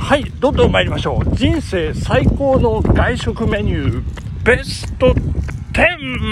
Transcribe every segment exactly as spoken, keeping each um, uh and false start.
はい、どんどん参りましょう。人生最高の外食メニューベストじゅ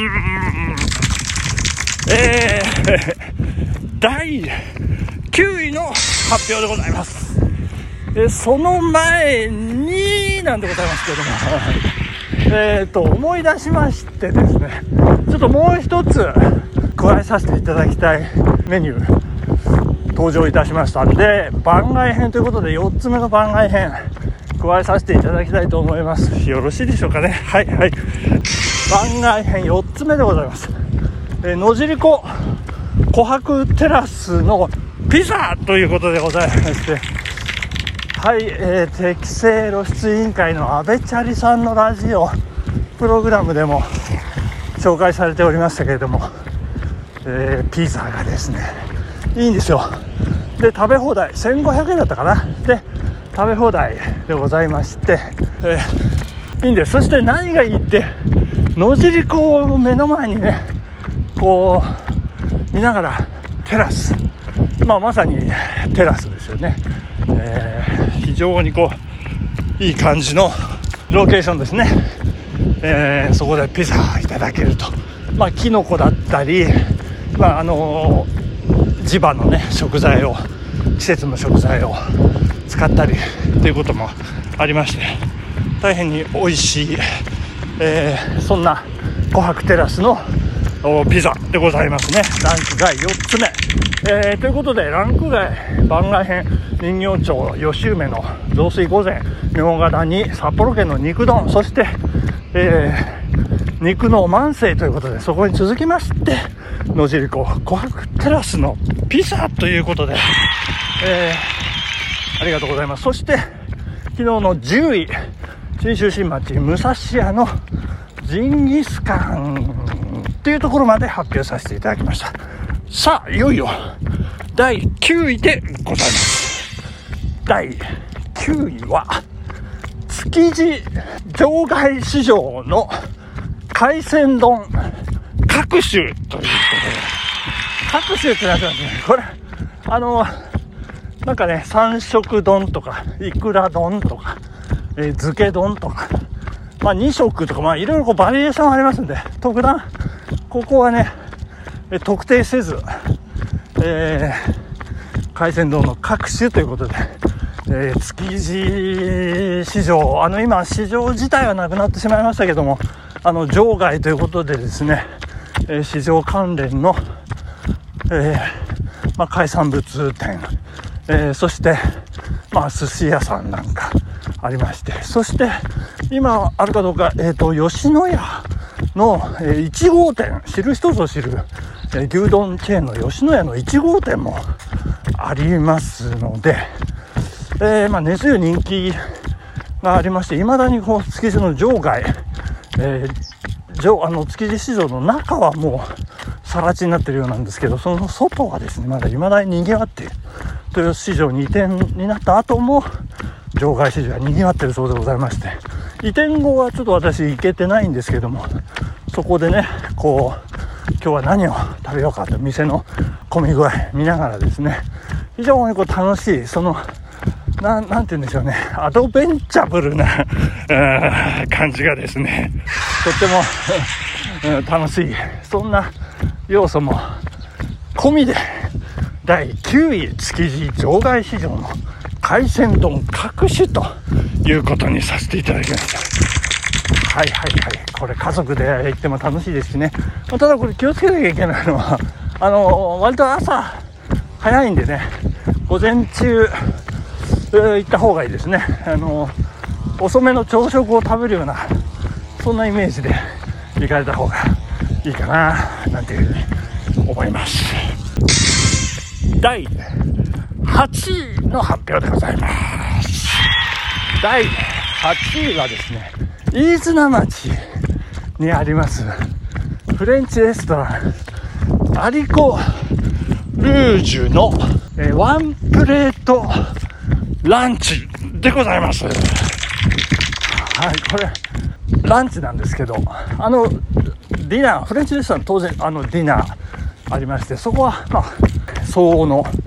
う、えー、だいきゅういの発表でございます。えその前になんでございますけれどもえーと思い出しましてですね、ちょっともう一つ加えさせていただきたいメニュー登場いたしましたんで、番外編ということでよっつめの番外編加えさせていただきたいと思います。よろしいでしょうかね。はいはい、番外編よっつめでございます。えー、野尻湖琥珀テラスのピザということでございまして、はい、えー、適正露出委員会の阿部チャリさんのラジオプログラムでも紹介されておりましたけれども、えー、ピザがですねいいんですよ。で食べ放題せんごひゃくえんだったかな。で食べ放題でございまして、えー、いいんです。そして何がいいって野尻湖を目の前にねこう見ながらテラス、まあまさにテラスですよね。えー、非常にこういい感じのロケーションですね。えー、そこでピザいただけると、まあキノコだったり、まああのー地場のね食材を季節の食材を使ったりということもありまして、大変に美味しい、えー、そんな琥珀テラスのピザでございますね。ランク外よっつめ、えー、ということでランク外番外編人形町吉梅の雑炊御膳茗荷谷札幌県の肉丼、そして、えー、肉の万世ということで、そこに続きまして野尻湖琥珀テラスのピザということで、えー、ありがとうございます。そして昨日のじゅうい信州新町武蔵屋のジンギスカンというところまで発表させていただきました。さあいよいよだいきゅういでございます。だいきゅういは築地場外市場の海鮮丼各種ということで、各種ってなってますね。これあのなんかね三色丼とかいくら丼とか、えー、漬け丼とか、まあに色とか、まあいろいろこうバリエーションありますんで、特段ここはね特定せず、えー、海鮮丼の各種ということで、えー、築地市場、あの今市場自体はなくなってしまいましたけども、あの場外ということでですね、えー、市場関連の、えーまあ、海産物店、えー、そして、まあ、寿司屋さんなんかありまして、そして今あるかどうか、えーと、吉野家の、えー、いち号店、知る人ぞ知る、えー、牛丼チェーンの吉野家のいち号店もありますので、えーまあ、根強い人気がありまして、いまだにこう築地の場外、えー、上あの築地市場の中はもう更地になっているようなんですけど、その外はですねまだ未だに賑わっている。豊洲市場に移転になった後も場外市場は賑わっているそうでございまして、移転後はちょっと私行けてないんですけども、そこでねこう今日は何を食べようかと店の混み具合見ながらですね、非常にこう楽しい、そのな, なんて言うんでしょうね、アドベンチャブルな感じがですねとっても楽しい、そんな要素も込みでだいきゅうい築地場外市場の海鮮丼各種ということにさせていただきました。はいはいはい、これ家族で行っても楽しいですしね。ただこれ気をつけなきゃいけないのは、あの割と朝早いんでね、午前中行った方がいいですね。あの遅めの朝食を食べるようなそんなイメージで行かれた方がいいかななんていうふうに思います。だいはちいの発表でございます。だいはちいはですね、飯綱町にありますフレンチレストランアリコルージュのえワンプレートランチでございます。はい、これランチなんですけど、あのディナー、フレンチレストラン当然あのディナーありまして、そこはまあ相応の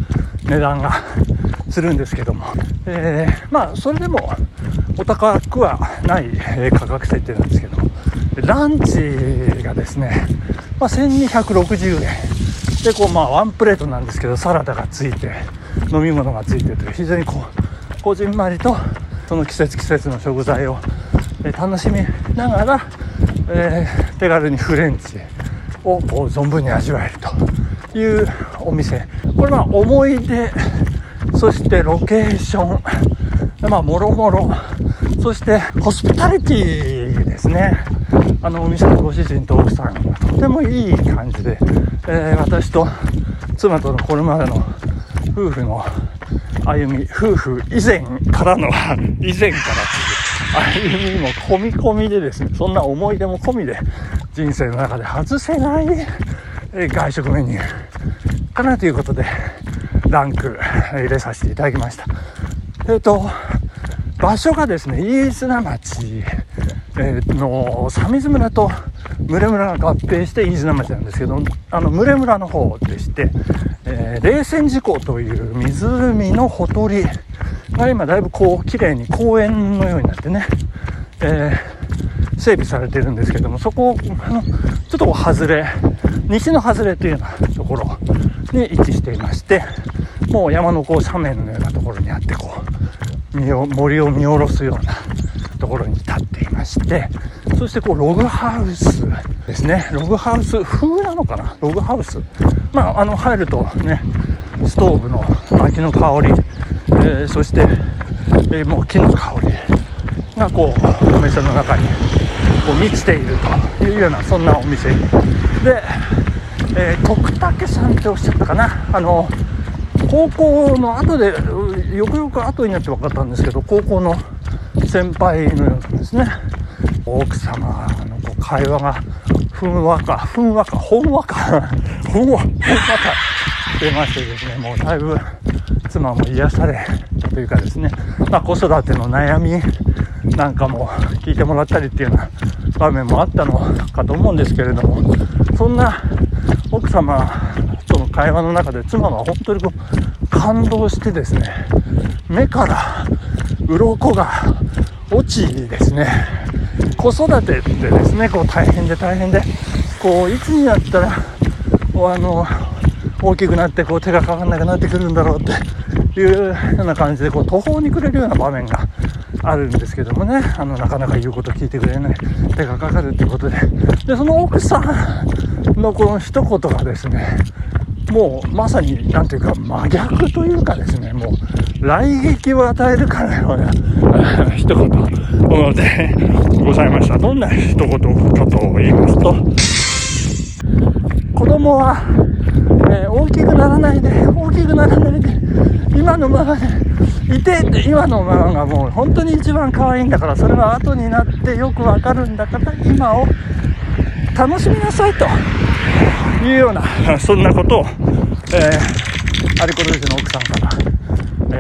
値段がするんですけども、えー、まあそれでもお高くはない、えー、価格設定なんですけども、ランチがですね、まあ、せんにひゃくろくじゅうえんで、こうまあワンプレートなんですけど、サラダがついて飲み物がついてという非常にこうこじんまりとその季節季節の食材を、えー、楽しみながら、えー、手軽にフレンチをこう存分に味わえるというお店。これは思い出、そしてロケーション、まあもろもろ、そしてホスピタリティですね。あのお店のご主人と奥さんがとてもいい感じで、えー、私と妻とのこれまでの夫婦の歩み、夫婦以前からの以前からという歩みも込み込みでですね、そんな思い出も込みで人生の中で外せない、えー、外食メニューかなということでランク入れさせていただきました。えっと場所がですね、飯綱町の鮫洲村と牟礼村が合併して飯綱町なんですけど、あの牟礼村の方でして、えー、冷泉寺湖という湖のほとりが今だいぶこう綺麗に公園のようになってね、えー、整備されてるんですけども、そこあのちょっと外れ、西の外れというようなところに位置していまして、もう山のこう斜面のようなところにあって、こう身を森を見下ろすようなところに立っていまして、そしてこうログハウスですね、ログハウス風なのかな、ログハウス、まああの入るとね、ストーブの薪の香り、えー、そして、えー、もう木の香りがこうお店の中にこう満ちているというような、そんなお店で、えー、徳武さんっておっしゃったかな、あの高校の後でよくよく後になって分かったんですけど、高校の先輩のようなんですね。奥様のこう会話がふんわかふんわかほんわかほんわか出ましてですね、もうだいぶ妻も癒されたというかですね、まあ、子育ての悩みなんかも聞いてもらったりっていうような場面もあったのかと思うんですけれども、そんな奥様との会話の中で妻は本当にこう感動してですね、目から鱗が落ちですね、子育てってですね、こう大変で大変で、こういつになったらこうあの大きくなってこう手がかかんなくなってくるんだろうっていうような感じでこう途方に暮れるような場面があるんですけどもね、あのなかなか言うこと聞いてくれない、手がかかるっていうことで、でその奥さんのこの一言がですね、もうまさになんていうか真逆というかですね、もう雷撃を与えるかのような一言でございました。どんな一言かと言いますと、子供は、えー、大きくならないで大きくならないで今のままでいてって、今のままがもう本当に一番可愛いんだから、それは後になってよくわかるんだから今を楽しみなさいというようなそんなことを、えー、アリコルージュの奥さんから、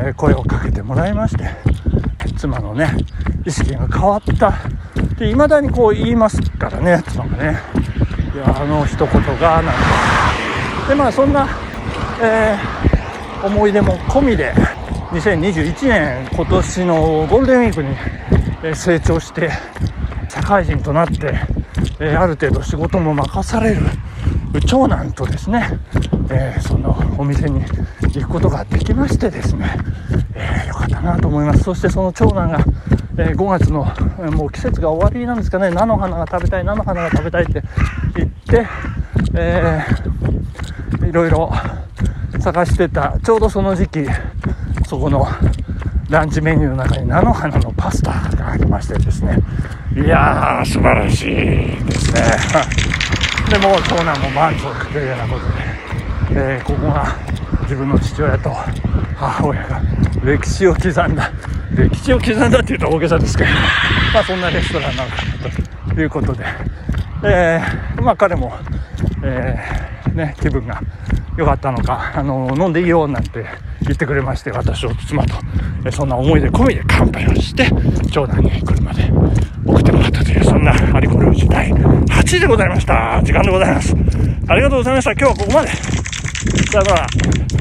えー、声をかけてもらいまして、妻のね意識が変わったって未だにこう言いますからね、妻がね、いやあの一言がなんてで、まあそんな、えー、思い出も込みでにせんにじゅういちねん今年のゴールデンウィークに、えー、成長して社会人となって、えー、ある程度仕事も任される長男とですね、えー、そのお店に行くことができましてですね、えー、よかったなと思います。そしてその長男が、えー、ごがつの、えー、もう季節が終わりなんですかね、菜の花が食べたい菜の花が食べたいって言って、えー、いろいろ探してたちょうどその時期、そこのランチメニューの中に菜の花のパスタがありましてですね、いやー素晴らしいですねでも長男も満足というようなことで、えー、ここが自分の父親と母親が歴史を刻んだ歴史を刻んだっていうと大げさですけど、まあそんなレストランなのかなということで、えー、まあ彼も、えー、ね気分が良かったのか、あの飲んでいいよなんて言ってくれまして、私と妻と、えー、そんな思い出込みで乾杯をして長男に車で送ってもらったという、そんなアリコルージュだいはちいでございました。時間でございます。ありがとうございました。今日はここまで。さよなら。